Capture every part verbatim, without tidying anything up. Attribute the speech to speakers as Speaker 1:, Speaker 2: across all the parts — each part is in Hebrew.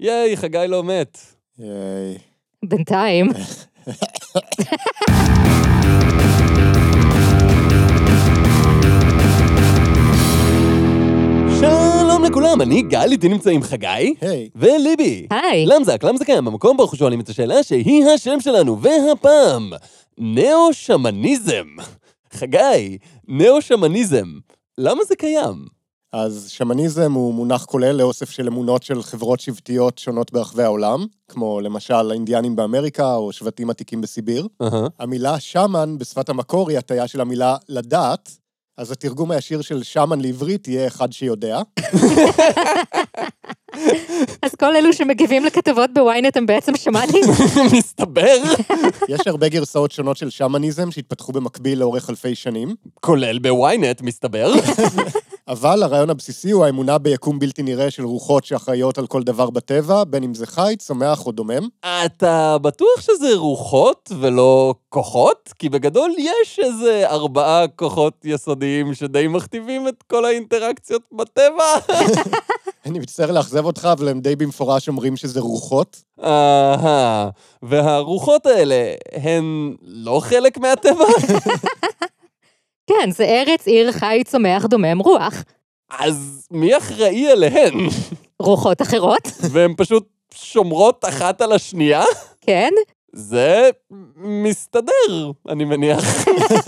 Speaker 1: ייי, חגי לא מת.
Speaker 2: ייי.
Speaker 3: בינתיים.
Speaker 1: שלום לכולם, אני גל, איתי נמצא עם חגי.
Speaker 2: היי.
Speaker 1: וליבי.
Speaker 3: היי.
Speaker 1: למזק, למזק קיים, במקום בו אנחנו שואלים את השאלה שהיא השם שלנו, והפעם, נאו-שמניזם. חגי, נאו-שמניזם, למה זה קיים?
Speaker 2: אז שמניזם הוא מונח כולל לאוסף של אמונות של חברות שבטיות שונות ברחבי העולם, כמו למשל האינדיאנים באמריקה או שבטים עתיקים בסיביר.
Speaker 1: Uh-huh.
Speaker 2: המילה שמן בשפת המקור היא הטיה של המילה לדעת, אז התרגום הישיר של שמן לעברית יהיה אחד שיודע.
Speaker 3: אז כל אלו שמגיבים לכתבות בוויינט הם בעצם שמנים?
Speaker 1: מסתבר.
Speaker 2: יש הרבה גרסאות שונות של שמניזם שהתפתחו במקביל לאורך אלפי שנים.
Speaker 1: כולל בוויינט, מסתבר.
Speaker 2: אבל הרעיון הבסיסי הוא האמונה ביקום בלתי נראה של רוחות שאחראיות על כל דבר בטבע, בין אם זה חי, צומח או דומם.
Speaker 1: אתה בטוח שזה רוחות ולא כוחות? כי בגדול יש איזה ארבעה כוחות יסודיים שדי מכתיבים את כל האינטראקציות בטבע.
Speaker 2: אני מצטער לאכזב אותך, אבל הם די במפורש אומרים שזה רוחות.
Speaker 1: אהה, והרוחות האלה הן לא חלק מהטבע?
Speaker 3: כן, זה ארץ, עיר, חי, צומח, דומם, רוח.
Speaker 1: אז מי אחראי עליהן?
Speaker 3: רוחות אחרות?
Speaker 1: והן פשוט שומרות אחת על השנייה?
Speaker 3: כן.
Speaker 1: זה מסתדר, אני מניח.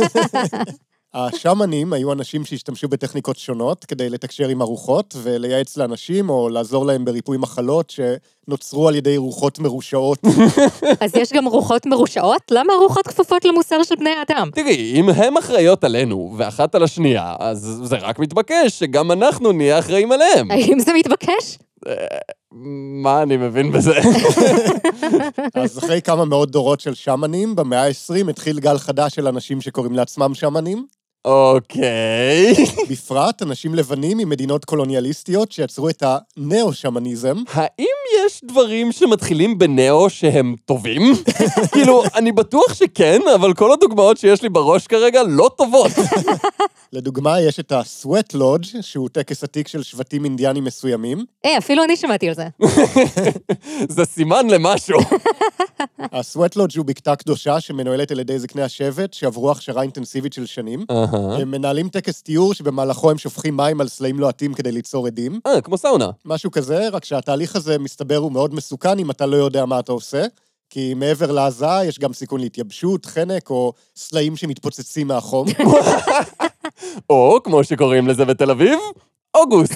Speaker 2: השמנים היו אנשים שהשתמשו בטכניקות שונות כדי לתקשר עם הרוחות ולייעץ לאנשים או לעזור להם בריפוי מחלות שנוצרו על ידי רוחות מרושעות.
Speaker 3: אז יש גם רוחות מרושעות? למה רוחות כפופות למוסר של בני האדם?
Speaker 1: תראי, אם הם אחראיות עלינו ואחת על השנייה, אז זה רק מתבקש שגם אנחנו נהיה אחראים עליהם.
Speaker 3: האם זה מתבקש?
Speaker 1: מה אני מבין בזה?
Speaker 2: אז אחרי כמה מאות דורות של שמנים, במאה ה-עשרים התחיל גל חדש של אנשים שקוראים לעצמם שמנים.
Speaker 1: אוקיי.
Speaker 2: בפרט אנשים לבנים ממדינות קולוניאליסטיות שיצרו את הנאו-שמניזם.
Speaker 1: האם יש דברים שמתחילים בנאו שהם טובים? כאילו, אני בטוח שכן, אבל כל הדוגמאות שיש לי בראש כרגע לא טובות.
Speaker 2: לדוגמה, יש את ה-Sweat Lodge, שהוא טקס עתיק של שבטים אינדיאנים מסוימים.
Speaker 3: אה, אפילו אני שמעתי על זה.
Speaker 1: זה סימן למשהו.
Speaker 2: ה-Sweat Lodge הוא בקתה קדושה שמנוהלת על ידי זקני השבט, שעברו הכשרה אינטנסיבית של שנים. הם מנהלים טקס תיאור שבמהלכו הם שופכים מים על סלעים לוהטים כדי ליצור עדים.
Speaker 1: אה, כמו סאונה.
Speaker 2: משהו כזה, רק שהתהליך הזה מסתבר הוא מאוד מסוכן אם אתה לא יודע מה אתה עושה, כי מעבר להזעה יש גם סיכון להתייבשות, חנק או סלעים שמתפוצצים מהחום.
Speaker 1: או, כמו שקוראים לזה בתל אביב, אוגוסט.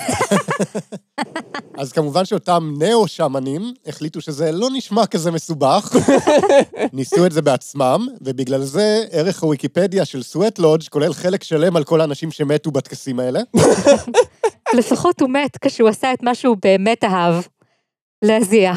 Speaker 2: אז כמובן שאותם נאו-שמנים החליטו שזה לא נשמע כזה מסובך. ניסו את זה בעצמם, ובגלל זה ערך הוויקיפדיה של Sweat Lodge כולל חלק שלם על כל האנשים שמתו בטקסים האלה.
Speaker 3: לפחות הוא מת כשהוא עשה את מה שהוא באמת אהב. להזיע.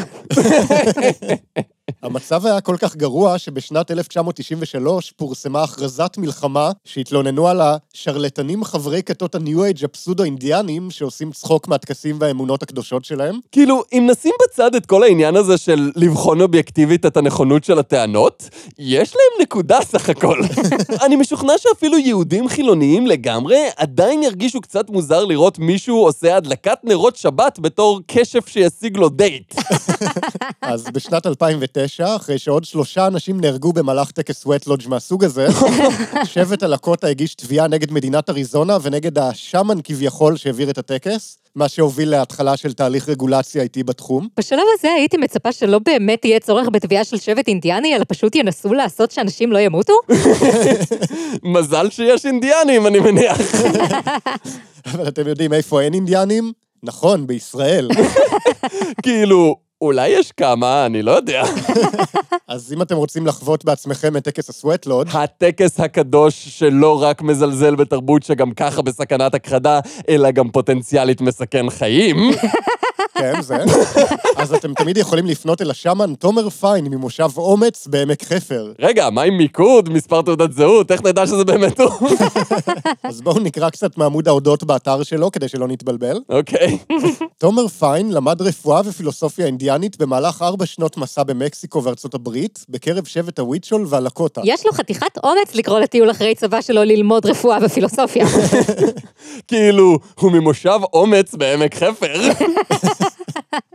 Speaker 2: המצב היה כל כך גרוע שבשנת אלף תשע מאות תשעים ושלוש פורסמה הכרזת מלחמה שהתלוננו על השרלטנים חברי כתות הניו אייג' הפסודו-אינדיאנים שעושים צחוק מהטקסים והאמונות הקדושות שלהם.
Speaker 1: כאילו, אם נשים בצד את כל העניין הזה של לבחון אובייקטיבית את הנכונות של הטענות, יש להם נקודה סך הכל. אני משוכנע שאפילו יהודים חילוניים לגמרי עדיין ירגישו קצת מוזר לראות מישהו עושה הדלקת נרות שבת בתור קשף שישיג לו דייט.
Speaker 2: אז בשנת אלפיים ותשע, אחרי שעוד שלושה אנשים נהרגו במהלך טקס Sweat Lodge מהסוג הזה, שבט הלקוטה הגיש תביעה נגד מדינת אריזונה ונגד השמן כביכול שהעביר את הטקס, מה שהוביל להתחלה של תהליך רגולציה איתי בתחום.
Speaker 3: בשלב הזה הייתי מצפה שלא באמת יהיה צורך בתביעה של שבט אינדיאני, אלא פשוט ינסו לעשות שאנשים לא ימותו?
Speaker 1: מזל שיש אינדיאנים, אני מניח.
Speaker 2: אבל אתם יודעים איפה אין אינדיאנים? נכון, בישראל.
Speaker 1: כאילו, אולי יש כמה, אני לא יודע.
Speaker 2: אז אם אתם רוצים לחוות בעצמכם את טקס ה-Sweat Lodge,
Speaker 1: הטקס הקדוש שלא רק מזלזל בתרבות שגם ככה בסכנת הכחדה, אלא גם פוטנציאלית מסכן חיים.
Speaker 2: כן, זה. אז אתם תמיד יכולים לפנות אל השמן תומר פיין ממושב אומץ בעמק חפר.
Speaker 1: רגע, מה עם מיקוד, מספר תעודת זהות? איך נדע שזה באמת הוא?
Speaker 2: אז בואו נקרא קצת מעמוד ההודות באתר שלו, כדי שלא נתבלבל.
Speaker 1: אוקיי.
Speaker 2: תומר פיין למד רפואה ופילוסופיה אינדיאנית במהלך ארבע שנות מסע במקסיקו וארצות הברית, בקרב שבט הוויצ'ול והלקוטה.
Speaker 3: יש לו חתיכת אומץ לקרוא לטיול אחרי צבא שלו ללמוד רפואה ופילוסופיה.
Speaker 1: כאילו, הוא ממושב אומץ בעמק חפר.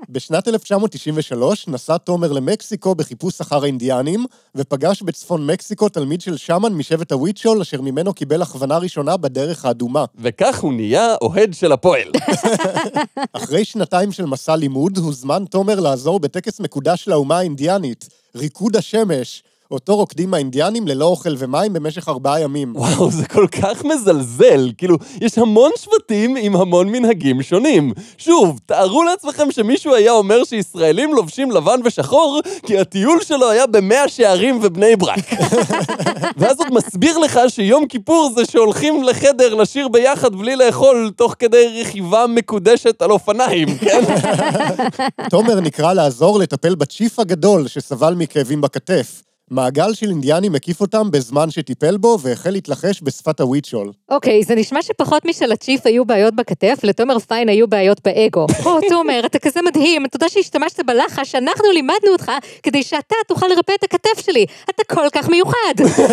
Speaker 2: בשנת אלף תשע מאות תשעים ושלוש נסע תומר למקסיקו בחיפוש אחר האינדיאנים, ופגש בצפון מקסיקו תלמיד של שמן משבט הוויצ'ול, אשר ממנו קיבל הכוונה ראשונה בדרך האדומה.
Speaker 1: וכך הוא נהיה אוהד של הפועל.
Speaker 2: אחרי שנתיים של מסע לימוד, הוזמן תומר לעזור בטקס מקודש לאומה האינדיאנית, ריקוד השמש, אותו רוקדים האינדיאנים ללא אוכל ומים במשך ארבעה ימים.
Speaker 1: וואו, זה כל כך מזלזל. כאילו, יש המון שבטים עם המון מנהגים שונים. שוב, תארו לעצמכם שמישהו היה אומר שישראלים לובשים לבן ושחור, כי הטיול שלו היה במאה שערים ובני ברק. ואז עוד מסביר לך שיום כיפור זה שהולכים לחדר לשיר ביחד בלי לאכול, תוך כדי רכיבה מקודשת על אופניים, כן?
Speaker 2: תומר נקרא לעזור לטפל בצ'יף הגדול שסבל מכאבים בכתף. מעגל של אינדיאנים מקיף אותם בזמן שטיפל בו והחל להתלחש בשפת הוויצ'ול.
Speaker 3: אוקיי, זה נשמע שפחות משל הצ'יף היו בעיות בכתף, לתומר פיין היו בעיות באגו. או, תומר, אתה כזה מדהים, תודה שהשתמשת בלחש, אנחנו לימדנו אותך כדי שאתה תוכל לרפא את הכתף שלי. אתה כל כך מיוחד.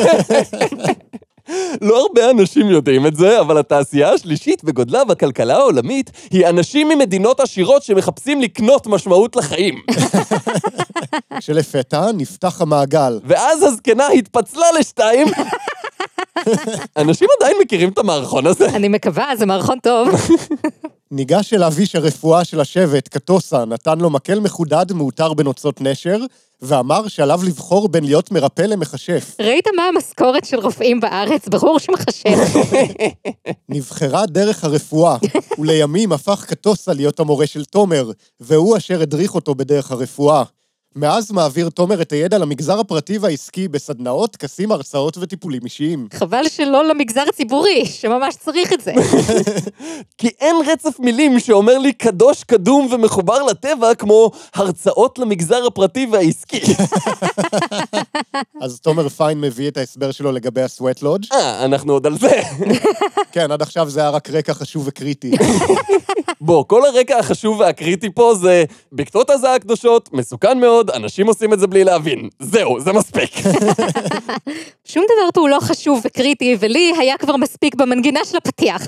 Speaker 1: לא הרבה אנשים יודעים את זה, אבל התעשייה השלישית בגודלה בכלכלה העולמית היא אנשים ממדינות עשירות שמחפשים לקנות משמעות לחיים.
Speaker 2: שלפתע נפתח המעגל.
Speaker 1: ואז הזקנה התפצלה לשתיים. אנשים עדיין מכירים את המערכון הזה.
Speaker 3: אני מקווה, זה מערכון טוב.
Speaker 2: ניגש אליו איש הרפואה של השבט, קטוסה, נתן לו מקל מחודד מעוטר בנוצות נשר, ואמר שעליו לבחור בין להיות מרפא למחשף.
Speaker 3: ראית מה המשכורת של רופאים בארץ? ברור שמחשף.
Speaker 2: נבחרה דרך הרפואה, ולימים הפך קטוסה להיות המורה של תומר, והוא אשר הדריך אותו בדרך הרפואה. מאז מעביר תומר את הידע למגזר הפרטי והעסקי בסדנאות, טקסים, הרצאות וטיפולים אישיים.
Speaker 3: חבל שלא למגזר הציבורי, שממש צריך את זה.
Speaker 1: כי אין רצף מילים שאומר לי קדוש, קדום ומחובר לטבע כמו הרצאות למגזר הפרטי והעסקי.
Speaker 2: אז תומר פיין מביא את ההסבר שלו לגבי הסווט לודג'.
Speaker 1: אה, אנחנו עוד על זה.
Speaker 2: כן, עד עכשיו זה היה רק רקע חשוב וקריטי.
Speaker 1: בוא, כל הרקע החשוב והקריטי פה זה בקתות עזה הקדושות, מסוכן מאוד, אנשים עושים את זה בלי להבין. זהו, זה מספיק.
Speaker 3: שום דבר פה הוא לא חשוב וקריטי, ולי היה כבר מספיק במנגינה של הפתיח.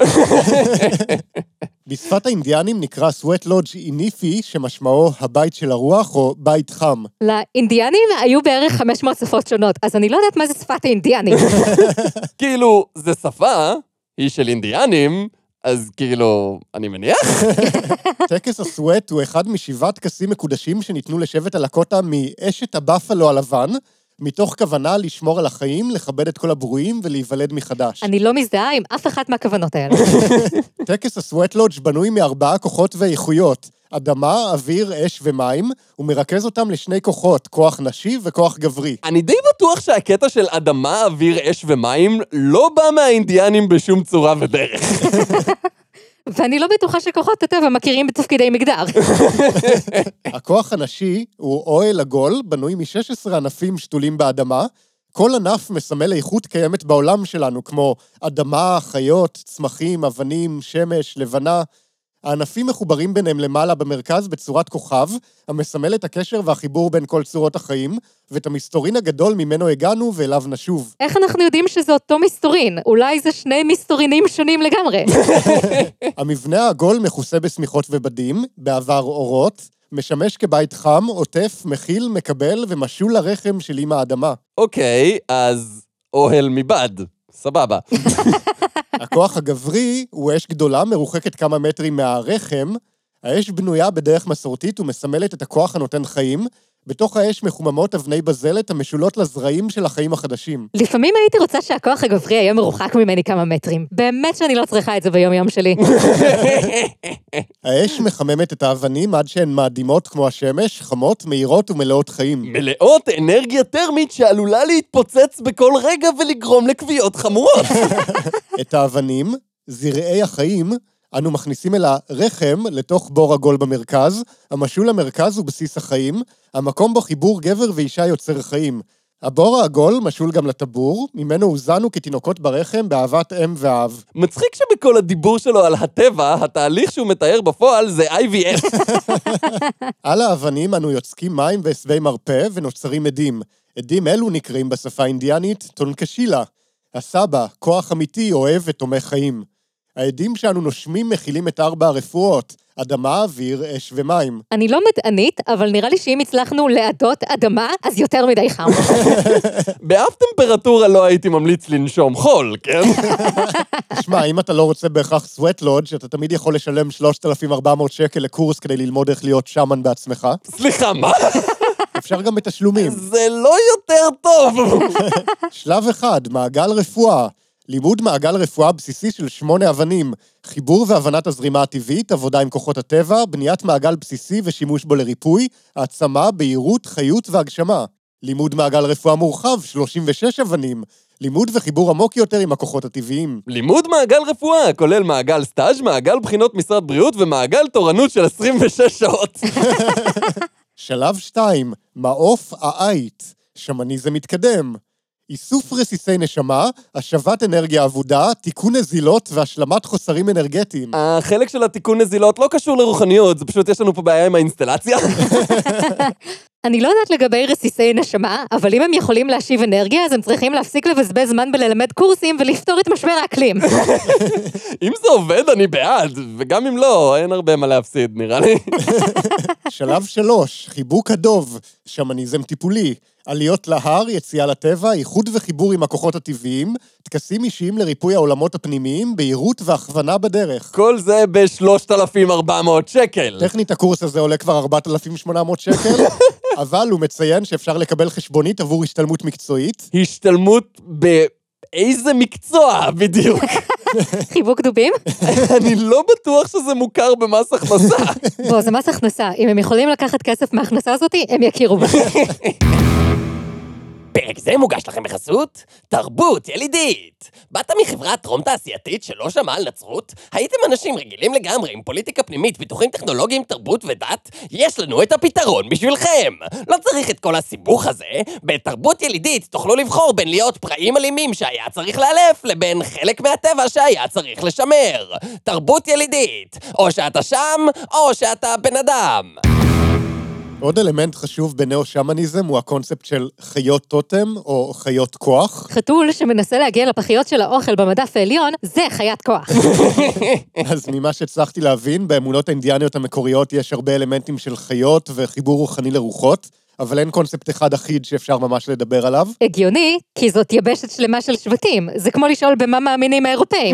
Speaker 2: בשפת האינדיאנים נקרא סווט לודג' איניפי, שמשמעו הבית של הרוח או בית חם.
Speaker 3: לאינדיאנים היו בערך חמש מאות שפות שונות, אז אני לא יודעת מה זה שפת האינדיאנים.
Speaker 1: כאילו, זה שפה, היא של אינדיאנים, אז כאילו, אני מניח?
Speaker 2: טקס הסווט הוא אחד משבעת טקסים מקודשים שניתנו לשבט הלקוטה מאשת הבאפלו הלבן, מתוך כוונה לשמור על החיים, לכבד את כל הברואים ולהיוולד מחדש.
Speaker 3: אני לא מזדהה עם אף אחת מהכוונות האלה.
Speaker 2: טקס הסווט לודג' בנוי מארבעה כוחות ואיכויות, אדמה, אוויר, אש ומים, ומרכז אותם לשני כוחות, כוח נשי וכוח גברי.
Speaker 1: אני די בטוח שהקטע של אדמה, אוויר, אש ומים לא בא מהאינדיאנים בשום צורה ודרך.
Speaker 3: ואני לא בטוחה שכוחות הטבע מכירים בתפקידי מגדר.
Speaker 2: הכוח הנשי הוא אוהל עגול, בנוי מ-שש עשרה ענפים שתולים באדמה. כל ענף מסמל איכות קיימת בעולם שלנו, כמו אדמה, חיות, צמחים, אבנים, שמש, לבנה. הענפים מחוברים ביניהם למעלה במרכז בצורת כוכב, המסמל את הקשר והחיבור בין כל צורות החיים, ואת המסתורין הגדול ממנו הגענו ואליו נשוב.
Speaker 3: איך אנחנו יודעים שזה אותו מסתורין? אולי זה שני מסתורינים שונים לגמרי.
Speaker 2: המבנה העגול מכוסה בסמיכות ובדים, בעבר אורות, משמש כבית חם, עוטף, מכיל, מקבל ומשול לרחם של אמא האדמה.
Speaker 1: אוקיי, אז אוהל מבד. סבבה.
Speaker 2: הכוח הגברי הוא אש גדולה, מרוחקת כמה מטרים מהרחם. האש בנויה בדרך מסורתית ומסמלת את הכוח הנותן חיים. בתוך האש מחוממות אבני בזלת המשולות לזרעים של החיים החדשים.
Speaker 3: לפעמים הייתי רוצה שהכוח הגברי היה מרוחק ממני כמה מטרים. באמת שאני לא צריכה את זה ביום יום שלי.
Speaker 2: האש מחממת את האבנים עד שהן מאדימות כמו השמש, חמות, מהירות ומלאות חיים.
Speaker 1: מלאות אנרגיה טרמית שעלולה להתפוצץ בכל רגע ולגרום לכוויות חמורות.
Speaker 2: את האבנים, זרעי החיים, אנו מכניסים אל הרחם לתוך בור עגול במרכז, המשול למרכז הוא בסיס החיים, המקום בו חיבור גבר ואישה יוצר חיים. הבור העגול משול גם לטבור, ממנו הוזנו כתינוקות ברחם באהבת אם ואב.
Speaker 1: מצחיק שבכל הדיבור שלו על הטבע, התהליך שהוא מתאר בפועל זה איי וי אף.
Speaker 2: על האבנים אנו יוצקים מים ועשבי מרפא ונוצרים עדים. עדים אלו נקראים בשפה האינדיאנית טונקשילה. הסבא, כוח אמיתי, אוהב ותומך חיים. העדים שאנו נושמים מכילים את ארבע הרפואות, אדמה, אוויר, אש ומים.
Speaker 3: אני לא מדענית, אבל נראה לי שאם הצלחנו לעדות אדמה, אז יותר מדי חם.
Speaker 1: באף טמפרטורה לא הייתי ממליץ לנשום חול, כן?
Speaker 2: תשמע, אם אתה לא רוצה בהכרח סווט לודג', אתה תמיד יכול לשלם שלושת אלפים וארבע מאות שקל לקורס כדי ללמוד איך להיות שמן בעצמך.
Speaker 1: סליחה, מה?
Speaker 2: אפשר גם בתשלומים.
Speaker 1: זה לא יותר טוב.
Speaker 2: שלב אחד, מעגל רפואה. לימוד מעגל רפואה בסיסי של שמונה אבנים, חיבור והבנת הזרימה הטבעית, עבודה עם כוחות הטבע, בניית מעגל בסיסי ושימוש בו לריפוי, העצמה, בהירות, חיות והגשמה. לימוד מעגל רפואה מורחב, שלושים ושש אבנים, לימוד וחיבור עמוק יותר עם הכוחות הטבעיים.
Speaker 1: לימוד מעגל רפואה, כולל מעגל סטאז', מעגל בחינות משרד בריאות ומעגל תורנות של עשרים ושש שעות.
Speaker 2: שלב שתיים, מעוף העית, שמניזם מתקדם. איסוף רסיסי נשמה, השבת אנרגיה עבודה, תיקון נזילות והשלמת חוסרים אנרגטיים.
Speaker 1: החלק של התיקון נזילות לא קשור לרוחניות, זה פשוט יש לנו פה בעיה עם האינסטלציה.
Speaker 3: אני לא יודעת לגבי רסיסי נשמה, אבל אם הם יכולים להשיב אנרגיה, אז הם צריכים להפסיק לבזבז זמן בללמד קורסים ולפתור את משבר האקלים.
Speaker 1: אם זה עובד, אני בעד, וגם אם לא, אין הרבה מה להפסיד, נראה לי.
Speaker 2: שלב שלוש, חיבוק הדוב, שמניזם טיפולי, עליות להר, יציאה לטבע, איחוד וחיבור עם הכוחות הטבעיים, טקסים אישיים לריפוי העולמות הפנימיים, בהירות והכוונה בדרך.
Speaker 1: כל זה ב-שלושת אלפים וארבע מאות שקל.
Speaker 2: טכנית הקורס הזה עולה כבר ארבעת אלפים ושמונה מאות שקל, אבל הוא מציין שאפשר לקבל חשבונית עבור השתלמות מקצועית.
Speaker 1: השתלמות באיזה מקצוע בדיוק?
Speaker 3: חיבוק דובים?
Speaker 1: אני לא בטוח שזה מוכר במס הכנסה.
Speaker 3: בוא, זה מס הכנסה. אם הם יכולים לקחת כסף מההכנסה הזאת, הם יכירו בה.
Speaker 1: פרק זה מוגש לכם בחסות תרבות ילידית. באת מחברה טרום תעשייתית שלא שמעה על נצרות? הייתם אנשים רגילים לגמרי עם פוליטיקה פנימית, פיתוחים טכנולוגיים, תרבות ודת? יש לנו את הפתרון בשבילכם. לא צריך את כל הסיבוך הזה. בתרבות ילידית תוכלו לבחור בין להיות פראים אלימים שהיה צריך לאלף, לבין חלק מהטבע שהיה צריך לשמר. תרבות ילידית. או שאתה שם, או שאתה בן אדם.
Speaker 2: עוד אלמנט חשוב בנאו-שמניזם הוא הקונספט של חיות טוטם או חיות כוח.
Speaker 3: חתול שמנסה להגיע לפחיות של האוכל במדף העליון, זה חיית כוח.
Speaker 2: אז ממה שהצלחתי להבין, באמונות האינדיאניות המקוריות יש הרבה אלמנטים של חיות וחיבור רוחני לרוחות, אבל אין קונספט אחד אחיד שאפשר ממש לדבר עליו.
Speaker 3: הגיוני, כי זאת יבשת שלמה של שבטים. זה כמו לשאול במה מאמינים האירופאים.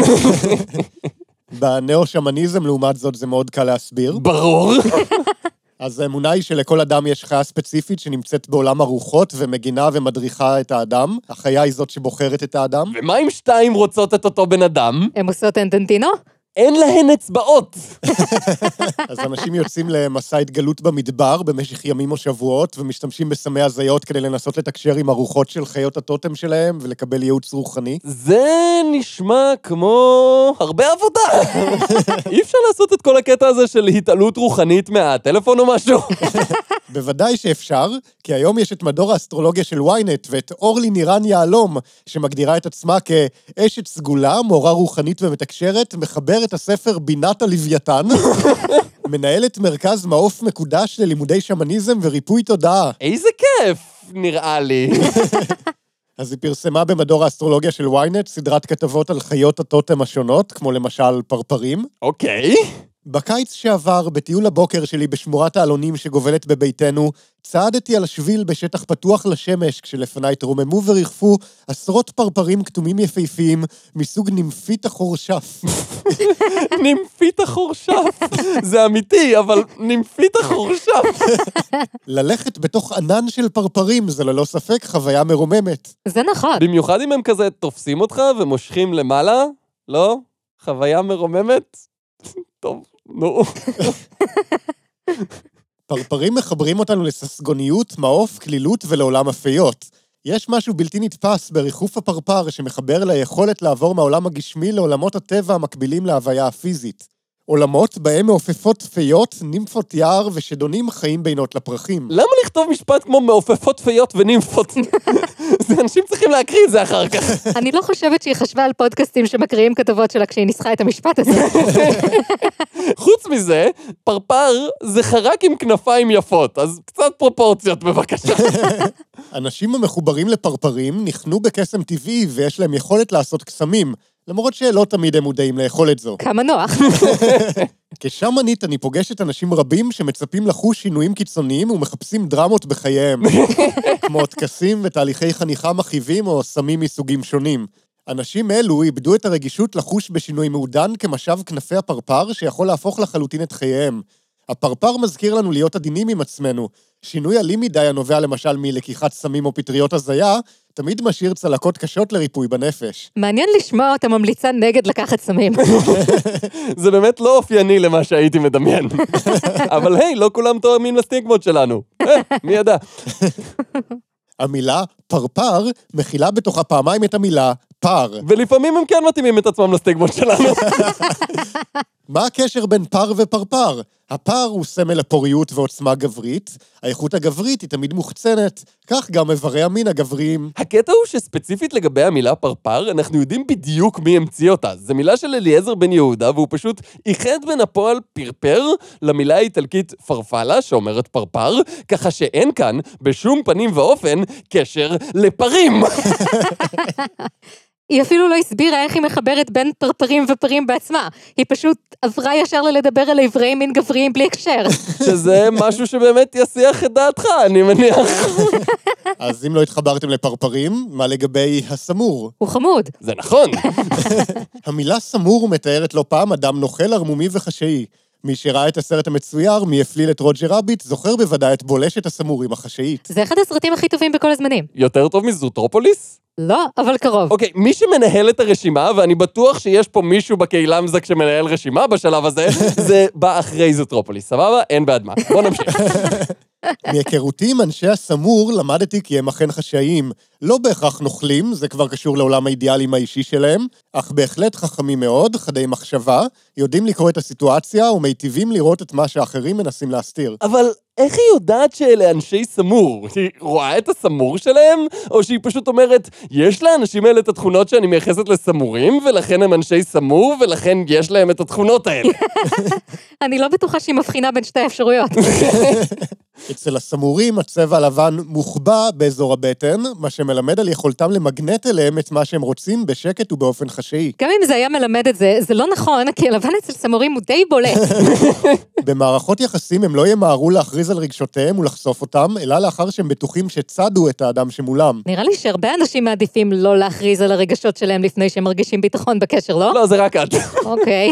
Speaker 2: בנאו-שמניזם, לעומת זאת, זה מאוד קל להסביר.
Speaker 1: ברור.
Speaker 2: אז האמונה היא שלכל אדם יש חיה ספציפית שנמצאת בעולם הרוחות ומגינה ומדריכה את האדם. החיה היא זאת שבוחרת את האדם.
Speaker 1: ומה אם שתיים רוצות את אותו בן אדם?
Speaker 3: הם עושות אנטנטינו?
Speaker 1: אין להן אצבעות.
Speaker 2: אז אנשים יוצאים למסע התגלות במדבר במשך ימים או שבועות, ומשתמשים בסמי הזיות כדי לנסות לתקשר עם הרוחות של חיות הטוטם שלהם, ולקבל ייעוץ רוחני.
Speaker 1: זה נשמע כמו הרבה עבודה. אי אפשר לעשות את כל הקטע הזה של התעלות רוחנית מהטלפון או משהו?
Speaker 2: בוודאי שאפשר, כי היום יש את מדור האסטרולוגיה של וויינט, ואת אורלי נירן יעלום, שמגדירה את עצמה כאשת סגולה, מורה רוחנית ומתקשרת, מחבר את הספר בינת הלוויתן, מנהלת מרכז מעוף מקודש ללימודי שמניזם וריפוי תודעה.
Speaker 1: איזה כיף, נראה לי.
Speaker 2: אז היא פרסמה במדור האסטרולוגיה של וויינט סדרת כתבות על חיות הטוטם השונות, כמו למשל פרפרים.
Speaker 1: אוקיי.
Speaker 2: בקיץ שעבר, בטיול הבוקר שלי בשמורת העלונים שגובלת בביתנו, צעדתי על השביל בשטח פתוח לשמש, כשלפניי תרוממו ורחפו עשרות פרפרים כתומים יפהפיים מסוג נימפית החורשף.
Speaker 1: נימפית החורשף. זה אמיתי, אבל נימפית החורשף.
Speaker 2: ללכת בתוך ענן של פרפרים זה ללא ספק חוויה מרוממת.
Speaker 3: זה נכון.
Speaker 1: במיוחד אם הם כזה תופסים אותך ומושכים למעלה, לא? חוויה מרוממת? טוב, נו.
Speaker 2: פרפרים מחברים אותנו לססגוניות, מעוף, כלילות ולעולם הפיות. יש משהו בלתי נתפס בריחוף הפרפר שמחבר ליכולת לעבור מהעולם הגשמי לעולמות הטבע המקבילים להוויה הפיזית. עולמות בהם מעופפות פיות, נימפות יער ושדונים חיים בינות לפרחים.
Speaker 1: למה לכתוב משפט כמו מעופפות פיות ונימפות? זה אנשים צריכים להקריא את זה אחר כך.
Speaker 3: אני לא חושבת שהיא חשבה על פודקאסטים שמקריאים כתבות שלה כשהיא ניסחה את המשפט הזה.
Speaker 1: חוץ מזה, פרפר זה חרק עם כנפיים יפות, אז קצת פרופורציות בבקשה.
Speaker 2: אנשים המחוברים לפרפרים נכנו בקסם טבעי ויש להם יכולת לעשות קסמים. למרות שלא תמיד הם מודעים לאכול את זו.
Speaker 3: כמה נוח.
Speaker 2: כשמנית אני פוגשת אנשים רבים שמצפים לחוש שינויים קיצוניים ומחפשים דרמות בחייהם, כמו טקסים ותהליכי חניכה מכאיבים או סמים מסוגים שונים. אנשים אלו איבדו את הרגישות לחוש בשינוי מעודן כמשב כנפי הפרפר שיכול להפוך לחלוטין את חייהם. הפרפר מזכיר לנו להיות עדינים עם עצמנו. שינוי אלים מדי הנובע למשל מלקיחת סמים או פטריות הזיה, תמיד משאיר צלקות קשות לריפוי בנפש.
Speaker 3: מעניין לשמוע אותה ממליצה נגד לקחת סמים.
Speaker 1: זה באמת לא אופייני למה שהייתי מדמיין. אבל היי, לא כולם תואמים לסטיגמות שלנו. מי ידע?
Speaker 2: המילה פרפר מכילה בתוכה פעמיים את המילה פר.
Speaker 1: ולפעמים הם כן מתאימים את עצמם לסטיגמות שלנו.
Speaker 2: מה הקשר בין פר ופרפר? הפר הוא סמל הפוריות ועוצמה גברית, האיכות הגברית היא תמיד מוחצנת, כך גם איברי המין הגבריים.
Speaker 1: הקטע הוא שספציפית לגבי המילה פרפר, אנחנו יודעים בדיוק מי המציא אותה. זו מילה של אליעזר בן יהודה, והוא פשוט איחד בין הפועל פרפר למילה האיטלקית פרפלה, שאומרת פרפר, ככה שאין כאן, בשום פנים ואופן, קשר לפרים.
Speaker 3: היא אפילו לא הסבירה איך היא מחברת בין פרפרים ופרים בעצמה. היא פשוט עברה ישר לדבר על עברי מין גבריים בלי הקשר.
Speaker 1: שזה משהו שבאמת יסיח את דעתך, אני מניח.
Speaker 2: אז אם לא התחברתם לפרפרים, מה לגבי הסמור?
Speaker 3: הוא חמוד.
Speaker 1: זה נכון.
Speaker 2: המילה סמור מתארת לא פעם אדם נוכל, ערמומי וחשאי. מי שראה את הסרט המצויר, מי הפליל את רוג'ר רביט, זוכר בוודאי את בולשת הסמורים החשאית.
Speaker 3: זה אחד הסרטים הכי טובים בכל הזמנים.
Speaker 1: יותר טוב מזוטרופוליס?
Speaker 3: לא, אבל קרוב.
Speaker 1: אוקיי, מי שמנהל את הרשימה, ואני בטוח שיש פה מישהו בקהילה מזק שמנהל רשימה בשלב הזה, זה בא אחרי זוטרופוליס, סבבה? אין בעד מה. בוא נמשיך.
Speaker 2: מהיכרותי עם אנשי הסמור למדתי כי הם אכן חשאיים. לא בהכרח נוכלים, זה כבר קשור לעולם האידיאלים האישי שלהם, אך בהחלט חכמים מאוד, חדי מחשבה, יודעים לקרוא את הסיטואציה ומיטיבים לראות את מה שאחרים מנסים להסתיר.
Speaker 1: אבל איך היא יודעת שאלה אנשי סמור? היא רואה את הסמור שלהם? או שהיא פשוט אומרת, יש לאנשים האלה את התכונות שאני מייחסת לסמורים, ולכן הם אנשי סמור, ולכן יש להם את התכונות האלה?
Speaker 3: אני לא בטוחה שהיא מבחינה בין שתי האפשרויות.
Speaker 2: אצל הסמורים הצבע הלבן מוחבא באזור הבטן, מה שמלמד על יכולתם למגנט אליהם את מה שהם רוצים בשקט ובאופן חשאי.
Speaker 3: גם אם זה היה מלמד את זה, זה לא נכון, כי הלבן אצל סמורים הוא די בולט.
Speaker 2: במערכות יחסים הם לא ימהרו להכריז על רגשותיהם ולחשוף אותם, אלא לאחר שהם בטוחים שצדו את האדם שמולם.
Speaker 3: נראה לי שהרבה אנשים מעדיפים לא להכריז על הרגשות שלהם לפני שהם מרגישים ביטחון בקשר, לא?
Speaker 1: לא, זה רק את.
Speaker 3: אוקיי.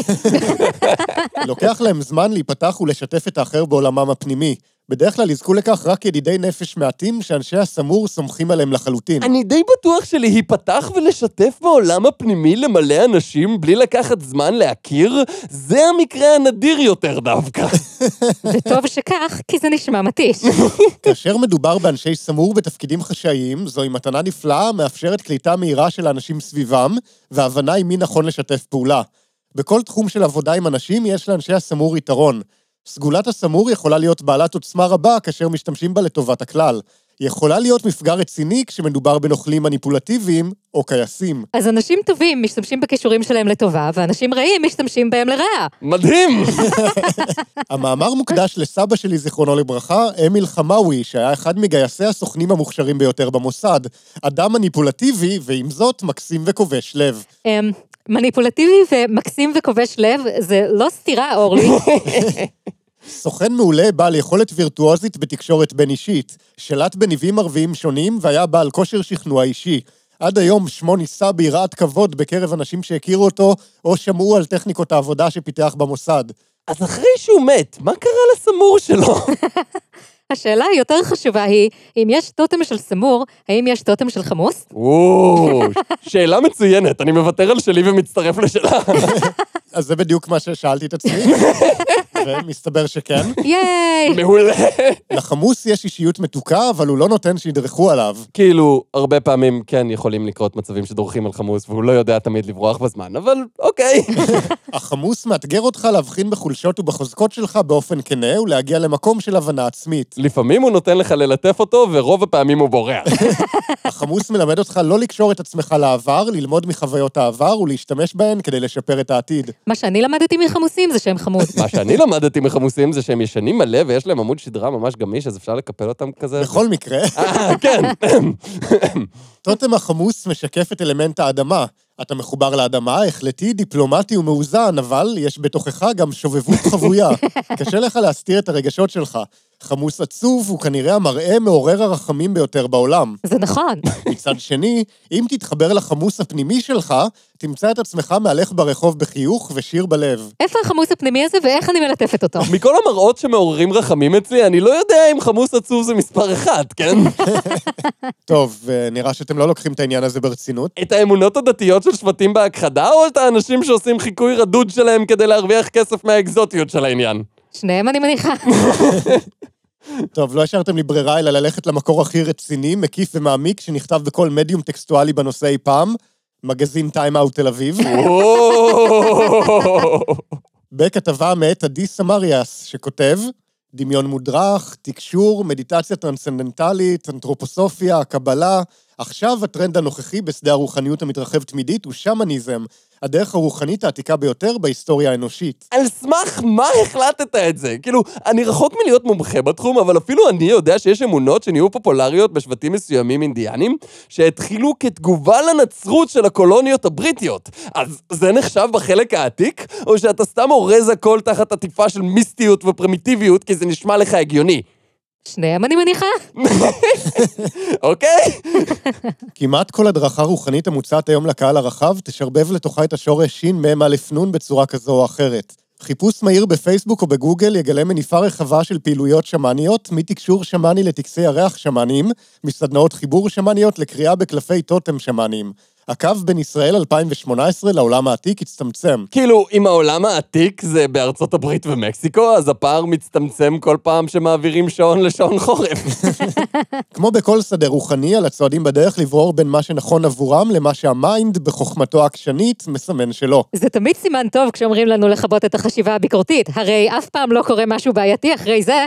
Speaker 2: לוקח להם זמן להיפתח ולשתף את האחר בעולמם הפנימי. בדרך כלל יזכו לכך רק ידידי נפש מעטים שאנשי הסמור סומכים עליהם לחלוטין.
Speaker 1: אני די בטוח שלהיפתח ולשתף בעולם הפנימי למלא אנשים בלי לקחת זמן להכיר, זה המקרה הנדיר יותר דווקא.
Speaker 3: וטוב שכך, כי זה נשמע מתיש.
Speaker 2: כאשר מדובר באנשי סמור בתפקידים חשאיים, זוהי מתנה נפלאה, מאפשרת קליטה מהירה של האנשים סביבם, והבנה עם מי נכון לשתף פעולה. בכל תחום של עבודה עם אנשים יש לאנשי הסמור יתרון. סגולת הסמור יכולה להיות בעלת עוצמה רבה כאשר משתמשים בה לטובת הכלל. היא יכולה להיות מפגע רציני כשמדובר בנוכלים מניפולטיביים או קייסים.
Speaker 3: אז אנשים טובים משתמשים בכישורים שלהם לטובה, ואנשים רעים משתמשים בהם לרעה.
Speaker 1: מדהים!
Speaker 2: המאמר מוקדש לסבא שלי זיכרונו לברכה, אמיל חמאווי, שהיה אחד מגייסי הסוכנים המוכשרים ביותר במוסד. אדם מניפולטיבי, ועם זאת מקסים וכובש לב.
Speaker 3: אמ... מניפולטיבי ומקסים וכובש לב, זה לא סתירה, אורלי.
Speaker 2: סוכן מעולה בעל יכולת וירטואוזית בתקשורת בין אישית, שלט בניבים ערביים שונים והיה בעל כושר שכנוע אישי. עד היום שמו ניסה ביראת כבוד בקרב אנשים שהכירו אותו, או שמעו על טכניקות העבודה שפיתח במוסד.
Speaker 1: אז אחרי שהוא מת, מה קרה לסמור שלו?
Speaker 3: השאלה היותר חשובה היא, אם יש טוטם של סמור, האם יש טוטם של חמוס?
Speaker 1: וואו, שאלה מצוינת, אני מוותר על שלי ומצטרף לשאלה.
Speaker 2: אז זה בדיוק מה ששאלתי את עצמי, ומסתבר שכן.
Speaker 3: ייי!
Speaker 1: מעולה.
Speaker 2: לחמוס יש אישיות מתוקה, אבל הוא לא נותן שידרכו עליו.
Speaker 1: כאילו, הרבה פעמים כן יכולים לקרות מצבים שדורכים על חמוס, והוא לא יודע תמיד לברוח בזמן, אבל אוקיי.
Speaker 2: החמוס מאתגר אותך להבחין בחולשות ובחוזקות שלך באופן כנה, ולהגיע למקום של הבנה עצמית.
Speaker 1: לפעמים הוא נותן לך ללטף אותו, ורוב הפעמים הוא בורח.
Speaker 2: החמוס מלמד אותך לא לקשור את עצמך לעבר, ללמוד מחוויות העבר ולהשתמש בהן כדי לשפר את העתיד.
Speaker 3: מה שאני למדתי מחמוסים זה שהם חמוד.
Speaker 1: מה שאני למדתי למדתי מחמוסים זה שהם ישנים מלא ויש להם עמוד שדרה ממש גמיש, אז אפשר לקפל אותם כזה.
Speaker 2: בכל מקרה,
Speaker 1: אה, כן.
Speaker 2: טוטם החמוס משקף את אלמנט האדמה. אתה מחובר לאדמה, החלטי, דיפלומטי ומאוזן, אבל יש בתוכך גם שובבות חבויה. קשה לך להסתיר את הרגשות שלך. חמוס עצוב הוא כנראה המראה מעורר הרחמים ביותר בעולם.
Speaker 3: זה נכון.
Speaker 2: מצד שני, אם תתחבר לחמוס הפנימי שלך, תמצא את עצמך מהלך ברחוב בחיוך ושיר בלב.
Speaker 3: איפה החמוס הפנימי הזה ואיך אני מלטפת אותו?
Speaker 1: מכל המראות שמעוררים רחמים אצלי, אני לא יודע אם חמוס עצוב זה מספר אחד, כן?
Speaker 2: טוב, נראה שאתם לא לוקחים את העניין הזה ברצינות.
Speaker 1: את האמונות הדתיות של שבטים בהכחדה, או את האנשים שעושים חיקוי רדוד שלהם כדי להרוויח כסף מהאקזוטיות של העניין?
Speaker 3: שניהם אני מניחה.
Speaker 2: טוב, לא השארתם לי ברירה אלא ללכת למקור הכי רציני, מקיף ומעמיק, שנכתב בכל מדיום טקסטואלי בנושא אי פעם, מגזין טיים אאוט תל אביב. בכתבה מאת עדי סמריאס, שכותב, דמיון מודרך, תקשור, מדיטציה טרנסצנדנטלית, אנתרופוסופיה, קבלה. עכשיו הטרנד הנוכחי בשדה הרוחניות המתרחב תמידית הוא שמניזם, הדרך הרוחנית העתיקה ביותר בהיסטוריה האנושית.
Speaker 1: על סמך מה החלטת את זה? כאילו, אני רחוק מלהיות מומחה בתחום, אבל אפילו אני יודע שיש אמונות שנהיו פופולריות בשבטים מסוימים אינדיאנים, שהתחילו כתגובה לנצרות של הקולוניות הבריטיות. אז זה נחשב בחלק העתיק? או שאתה סתם אורז הכל תחת עטיפה של מיסטיות ופרימיטיביות, כי זה נשמע לך הגיוני?
Speaker 3: שניהם אני מניחה.
Speaker 1: אוקיי?
Speaker 2: כמעט כל הדרכה רוחנית המוצעת היום לקהל הרחב תשרבב לתוכה את השורש שין מהם א' נון בצורה כזו או אחרת. חיפוש מהיר בפייסבוק או בגוגל יגלה מניפה רחבה של פעילויות שמניות, מתקשור שמני לטקסי ירח שמניים, מסדנאות חיבור שמניות לקריאה בקלפי טוטם שמניים. הקו בין ישראל אלפיים ושמונה עשרה לעולם העתיק הצטמצם.
Speaker 1: כאילו, אם העולם העתיק זה בארצות הברית ומקסיקו, אז הפער מצטמצם כל פעם שמעבירים שעון לשעון חורף.
Speaker 2: כמו בכל שדה רוחני, על הצועדים בדרך לברור בין מה שנכון עבורם למה שהמיינד בחוכמתו העקשנית מסמן שלו.
Speaker 3: זה תמיד סימן טוב כשאומרים לנו לחבות את החשיבה הביקורתית, הרי אף פעם לא קורה משהו בעייתי אחרי זה.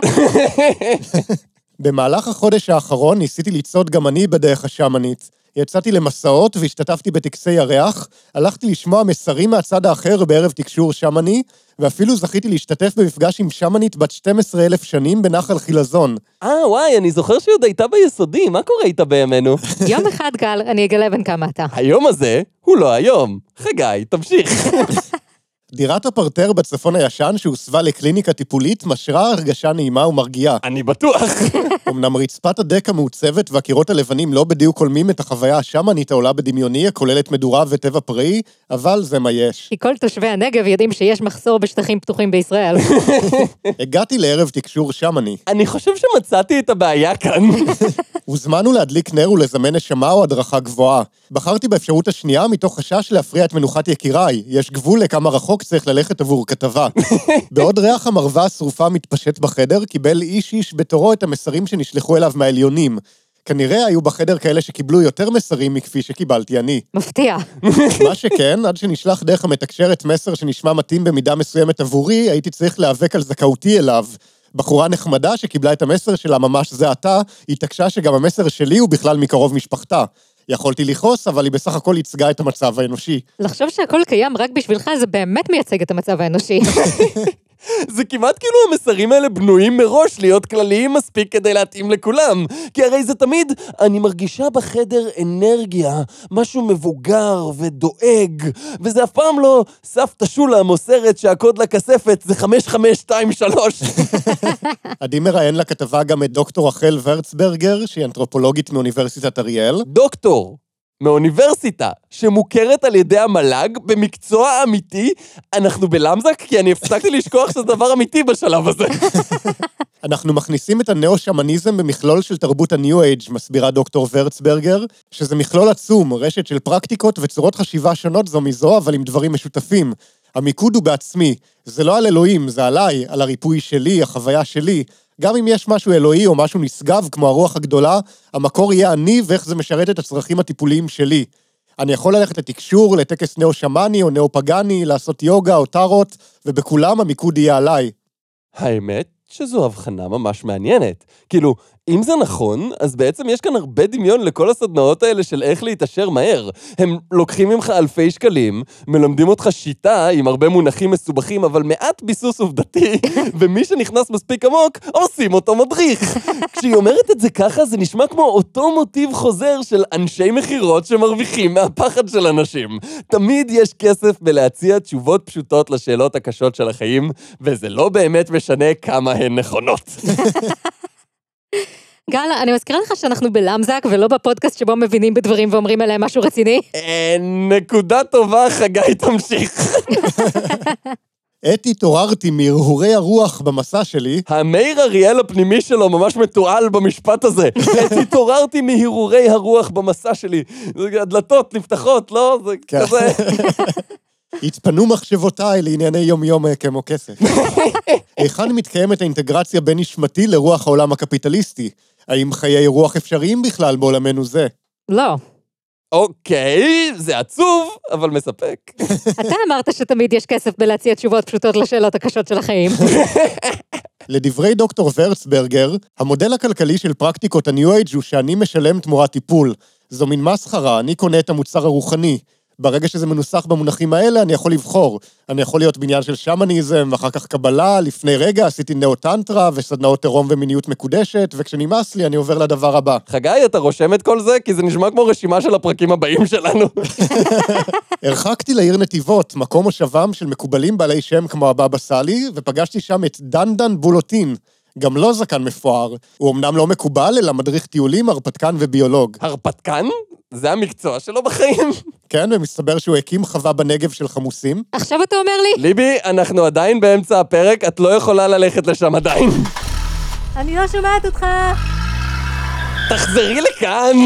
Speaker 2: במהלך החודש האחרון ניסיתי לצעוד גם אני בדרך השמנית. יצאתי למסעות והשתתפתי בטקסי ירח, הלכתי לשמוע מסרים מהצד האחר בערב תקשור שמני, ואפילו זכיתי להשתתף במפגש עם שמנית בת שנים עשר אלף שנים בנחל חילזון.
Speaker 1: אה, וואי, אני זוכר שהיא עוד הייתה ביסודי, מה קורה איתה בימינו?
Speaker 3: יום אחד, גל, אני אגלה בן כמה אתה.
Speaker 1: היום הזה הוא לא היום. חגי, תמשיך.
Speaker 2: דירת הפרטר בצפון הישן שהוסבה לקליניקה טיפולית משרה הרגשה נעימה ומרגיעה.
Speaker 1: אני בטוח.
Speaker 2: אמנם רצפת הדק המעוצבת והקירות הלבנים לא בדיוק קולמים את החוויה השמנית העולה בדמיוני, הכוללת מדורה וטבע פראי, אבל זה מה יש.
Speaker 3: כי כל תושבי הנגב יודעים שיש מחסור בשטחים פתוחים בישראל.
Speaker 2: הגעתי לערב תקשור שמני.
Speaker 1: אני חושב שמצאתי את הבעיה כאן.
Speaker 2: הוזמנו להדליק נר ולזמן נשמה או הדרכה גבוהה. בחרתי באפשרות השנייה מתוך חשש להפריע את מנוחת יקיריי. יש גבול לכמה רחוק צריך ללכת עבור כתבה. בעוד ריח המרווה השרופה מתפשט בחדר, קיבל איש איש בתורו את המסרים שנשלחו אליו מהעליונים. כנראה היו בחדר כאלה שקיבלו יותר מסרים מכפי שקיבלתי אני.
Speaker 3: מפתיע.
Speaker 2: מה שכן, עד שנשלח דרך המתקשרת מסר שנשמע מתאים במידה מסוימת עבורי, הייתי צריך להיאבק על זכאותי אליו. בחורה נחמדה שקיבלה את המסר שלה ממש זה עתה, התעקשה שגם המסר שלי הוא בכלל מקרוב משפחתה. יכולתי לכעוס, אבל היא בסך הכל ייצגה את המצב האנושי.
Speaker 3: לחשוב שהכל קיים רק בשבילך זה באמת מייצג את המצב האנושי.
Speaker 1: זה כמעט כאילו המסרים האלה בנויים מראש להיות כלליים מספיק כדי להתאים לכולם. כי הרי זה תמיד, אני מרגישה בחדר אנרגיה, משהו מבוגר ודואג, וזה אף פעם לא סבתא שולה מוסרת שהקוד לכספת זה חמש חמש שתיים שלוש.
Speaker 2: עדי מראיין לכתבה גם את דוקטור רחל ורצברגר, שהיא אנתרופולוגית מאוניברסיטת אריאל.
Speaker 1: דוקטור מאוניברסיטה שמוכרת על ידי המל"ג במקצוע אמיתי, אנחנו בלמזק, כי אני הפסקתי לשכוח שזה דבר אמיתי בשלב הזה.
Speaker 2: אנחנו מכניסים את הנאו-שמניזם במכלול של תרבות הניו אייג', מסבירה דוקטור ורצברגר, שזה מכלול עצום, רשת של פרקטיקות וצורות חשיבה שונות זו מזו, אבל עם דברים משותפים. המיקוד הוא בעצמי, זה לא על אלוהים, זה עליי, על הריפוי שלי, החוויה שלי. גם אם יש משהו אלוהי או משהו נשגב, כמו הרוח הגדולה, המקור יהיה אני ואיך זה משרת את הצרכים הטיפוליים שלי. אני יכול ללכת לתקשור, לטקס נאו-שמני או נאו-פגני, לעשות יוגה או טארות, ובכולם המיקוד יהיה עליי.
Speaker 1: האמת שזו הבחנה ממש מעניינת. כאילו, אם זה נכון, אז בעצם יש כאן הרבה דמיון לכל הסדנאות האלה של איך להתעשר מהר. הם לוקחים ממך אלפי שקלים, מלמדים אותך שיטה עם הרבה מונחים מסובכים, אבל מעט ביסוס עובדתי, ומי שנכנס מספיק עמוק, עושים אותו מדריך. כשהיא אומרת את זה ככה, זה נשמע כמו אותו מוטיב חוזר של אנשי מחירות שמרוויחים מהפחד של אנשים. תמיד יש כסף בלהציע תשובות פשוטות לשאלות הקשות של החיים, וזה לא באמת משנה כמה הן נכונות.
Speaker 3: גל, אני מזכירה לך שאנחנו בלמזק ולא בפודקאסט שבו מבינים בדברים ואומרים עליהם משהו רציני.
Speaker 1: נקודה טובה, חגי, תמשיך.
Speaker 2: עת התעוררתי מהרהורי הרוח במסע שלי.
Speaker 1: המאיר אריאל הפנימי שלו ממש מתועל במשפט הזה. עת התעוררתי מהרהורי הרוח במסע שלי. הדלתות נפתחות, לא? זה כזה...
Speaker 2: התפנו מחשבותיי לענייני יום-יום כמו כסף. היכן מתקיימת האינטגרציה בין נשמתי לרוח העולם הקפיטליסטי? האם חיי רוח אפשריים בכלל בעולמנו זה?
Speaker 3: לא.
Speaker 1: אוקיי, זה עצוב, אבל מספק.
Speaker 3: אתה אמרת שתמיד יש כסף בלהציע תשובות פשוטות לשאלות הקשות של החיים.
Speaker 2: לדברי דוקטור ורצברגר, המודל הכלכלי של פרקטיקות הניו אייג' הוא שאני משלם תמורת טיפול. זו מין מסחרה, אני קונה את המוצר הרוחני. ברגע שזה מנוסח במונחים האלה, אני יכול לבחור. אני יכול להיות בניין של שמניזם, ואחר כך קבלה, לפני רגע עשיתי נאו-טנטרה, וסדנאות עירום ומיניות מקודשת, וכשנמאס לי, אני עובר לדבר הבא.
Speaker 1: חגי, אתה רושם את כל זה? כי זה נשמע כמו רשימה של הפרקים הבאים שלנו.
Speaker 2: הרחקתי לעיר נתיבות, מקום מושבם של מקובלים בעלי שם כמו הבבא סאלי, ופגשתי שם את דנדן בולוטין. גם לא זקן מפואר. הוא אמנם לא מקובל, אלא מדריך טיולים, הרפתקן וביולוג.
Speaker 1: הרפתקן? זה המקצוע שלו בחיים.
Speaker 2: כן, ומסתבר שהוא הקים חווה בנגב של חמוסים.
Speaker 3: עכשיו אתה אומר לי?
Speaker 1: ליבי, אנחנו עדיין באמצע הפרק, את לא יכולה ללכת לשם עדיין.
Speaker 3: אני לא שומעת אותך.
Speaker 1: תחזרי לכאן.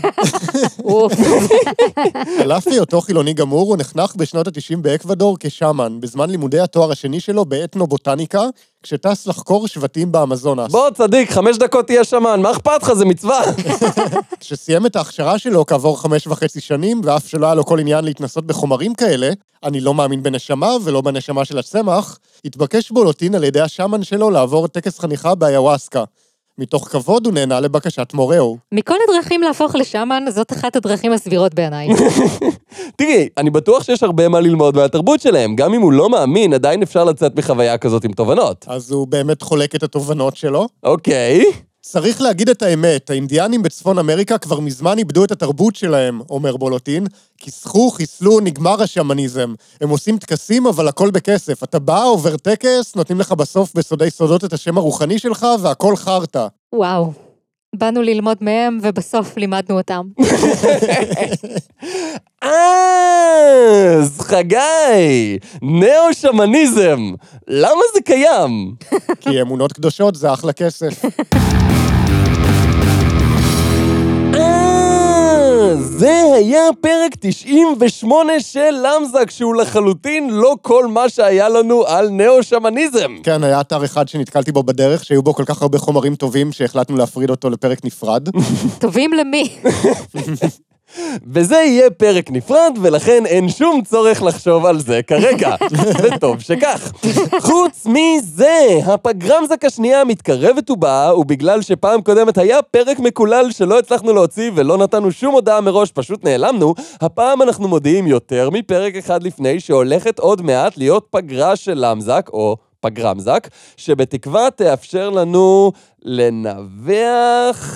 Speaker 2: על אף היותו חילוני גמור, הוא נחנך בשנות ה-תשעים באקוודור כשמן, בזמן לימודי התואר השני שלו באתנובוטניקה, כשטס לחקור שבטים באמזונס.
Speaker 1: בוא, צדיק, חמש דקות תהיה שמן, מה אכפת לך? זה מצווה.
Speaker 2: כשסיים את ההכשרה שלו כעבור חמש וחצי שנים, ואף שלא היה לו כל עניין להתנסות בחומרים כאלה, אני לא מאמין בנשמה ולא בנשמה של הצמח, התבקש בולוטין על ידי השמן שלו לעבור טקס חניכה באיוואסקה. מתוך כבוד הוא נהנה לבקשת מורהו.
Speaker 3: מכל הדרכים להפוך לשמן, זאת אחת הדרכים הסבירות בעיניי.
Speaker 1: תראי, אני בטוח שיש הרבה מה ללמוד מהתרבות שלהם. גם אם הוא לא מאמין, עדיין אפשר לצאת מחוויה כזאת עם תובנות.
Speaker 2: אז הוא באמת חולק את התובנות שלו?
Speaker 1: אוקיי.
Speaker 2: צריך להגיד את האמת, האינדיאנים בצפון אמריקה כבר מזמן איבדו את התרבות שלהם, אומר בולוטין. כיסחו, חיסלו, נגמר השמניזם. הם עושים טקסים, אבל הכל בכסף. אתה בא, עובר טקס, נותנים לך בסוף בסודי סודות את השם הרוחני שלך, והכל חרטה.
Speaker 3: וואו. באנו ללמוד מהם, ובסוף לימדנו אותם.
Speaker 1: אז, חגי, נאו-שמניזם. למה זה קיים?
Speaker 2: כי אמונות קדושות זה אחלה כסף.
Speaker 1: זה היה פרק תשעים ושמונה של למזק, שהוא לחלוטין לא כל מה שהיה לנו על נאו-שמניזם.
Speaker 2: כן, היה אתר אחד שנתקלתי בו בדרך, שהיו בו כל כך הרבה חומרים טובים, שהחלטנו להפריד אותו לפרק נפרד.
Speaker 3: טובים למי?
Speaker 1: וזה יהיה פרק נפרד, ולכן אין שום צורך לחשוב על זה כרגע. וטוב שכך. חוץ מזה, הפגרמזק השנייה מתקרבת ובאה, ובגלל שפעם קודמת היה פרק מקולל שלא הצלחנו להוציא ולא נתנו שום הודעה מראש, פשוט נעלמנו, הפעם אנחנו מודיעים יותר מפרק אחד לפני שהולכת עוד מעט להיות פגרה של למזק, או פגרמזק, שבתקווה תאפשר לנו לנווח,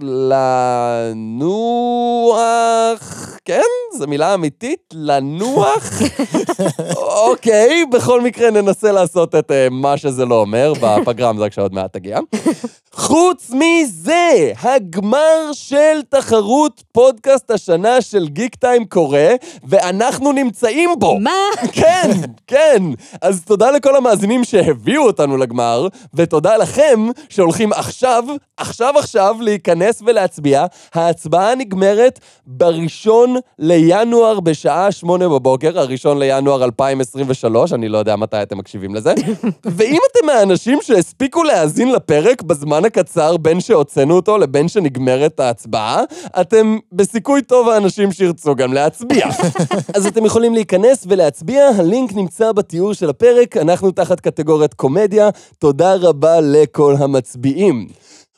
Speaker 1: לנוח, כן? זו מילה אמיתית? לנוח? אוקיי, בכל מקרה ננסה לעשות את uh, מה שזה לא אומר, בפגרמזק שעוד מעט תגיע. חוץ מזה, הגמר של תחרות פודקאסט השנה של גיק טיים קורה, ואנחנו נמצאים בו.
Speaker 3: מה?
Speaker 1: כן, כן. אז תודה לכל המאזינים שהביאו אותנו לגמר, ותודה לכם שהולכים עכשיו, עכשיו עכשיו להיכנס ולהצביע. ההצבעה נגמרת בראשון לינואר בשעה שמונה בבוקר, הראשון לינואר אלפיים עשרים ושלוש, אני לא יודע מתי אתם מקשיבים לזה. ואם אתם מהאנשים שהספיקו להאזין לפרק בזמן הקצר בין שהוצאנו אותו לבין שנגמרת ההצבעה, אתם בסיכוי טוב האנשים שירצו גם להצביע. אז אתם יכולים להיכנס ולהצביע, הלינק נמצא בתיאור של הפרק, אנחנו תחת קטגוריית קומדיה, תודה רבה לכל המצביעים.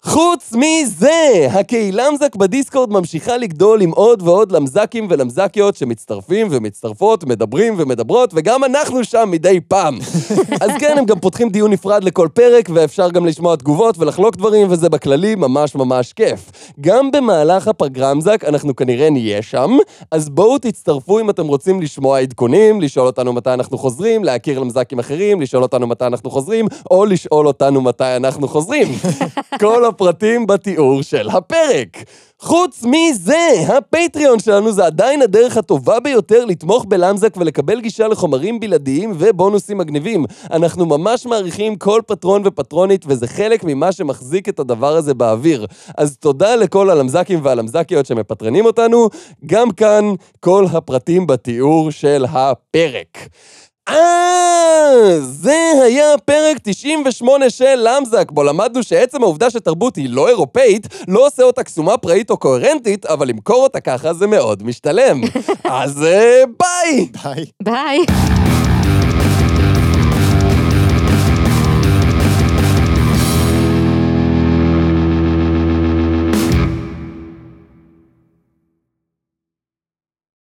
Speaker 1: חוץ מזה, הקהילה למזק בדיסקורד ממשיכה לגדול עם עוד ועוד למזקים ולמזקיות שמצטרפים ומצטרפות, מדברים ומדברות, וגם אנחנו שם מדי פעם. אז כן, הם גם פותחים דיון נפרד לכל פרק, ואפשר גם לשמוע תגובות ולחלוק דברים, וזה בכללי ממש ממש כיף. גם במהלך הפגרמזק אנחנו כנראה נהיה שם, אז בואו תצטרפו אם אתם רוצים לשמוע עדכונים, לשאול אותנו מתי אנחנו חוזרים, להכיר למזקים אחרים, לשאול אותנו מתי אנחנו חוזרים, או לשאול אותנו מתי אנחנו חוזרים. כל הפרטים בתיאור של הפרק. חוץ מזה, הפטריון שלנו זה עדיין הדרך הטובה ביותר לתמוך בלמזק ולקבל גישה לחומרים בלעדיים ובונוסים מגניבים. אנחנו ממש מעריכים כל פטרון ופטרונית, וזה חלק ממה שמחזיק את הדבר הזה באוויר. אז תודה לכל הלמזקים והלמזקיות שמפטרנים אותנו. גם כאן כל הפרטים בתיאור של הפרק. אה, זה היה פרק תשעים ושמונה של למזק, בו למדנו שעצם העובדה שתרבות היא לא אירופאית, לא עושה אותה קסומה פראית או קוהרנטית, אבל למכור אותה ככה זה מאוד משתלם. אז ביי!
Speaker 2: ביי.
Speaker 3: ביי.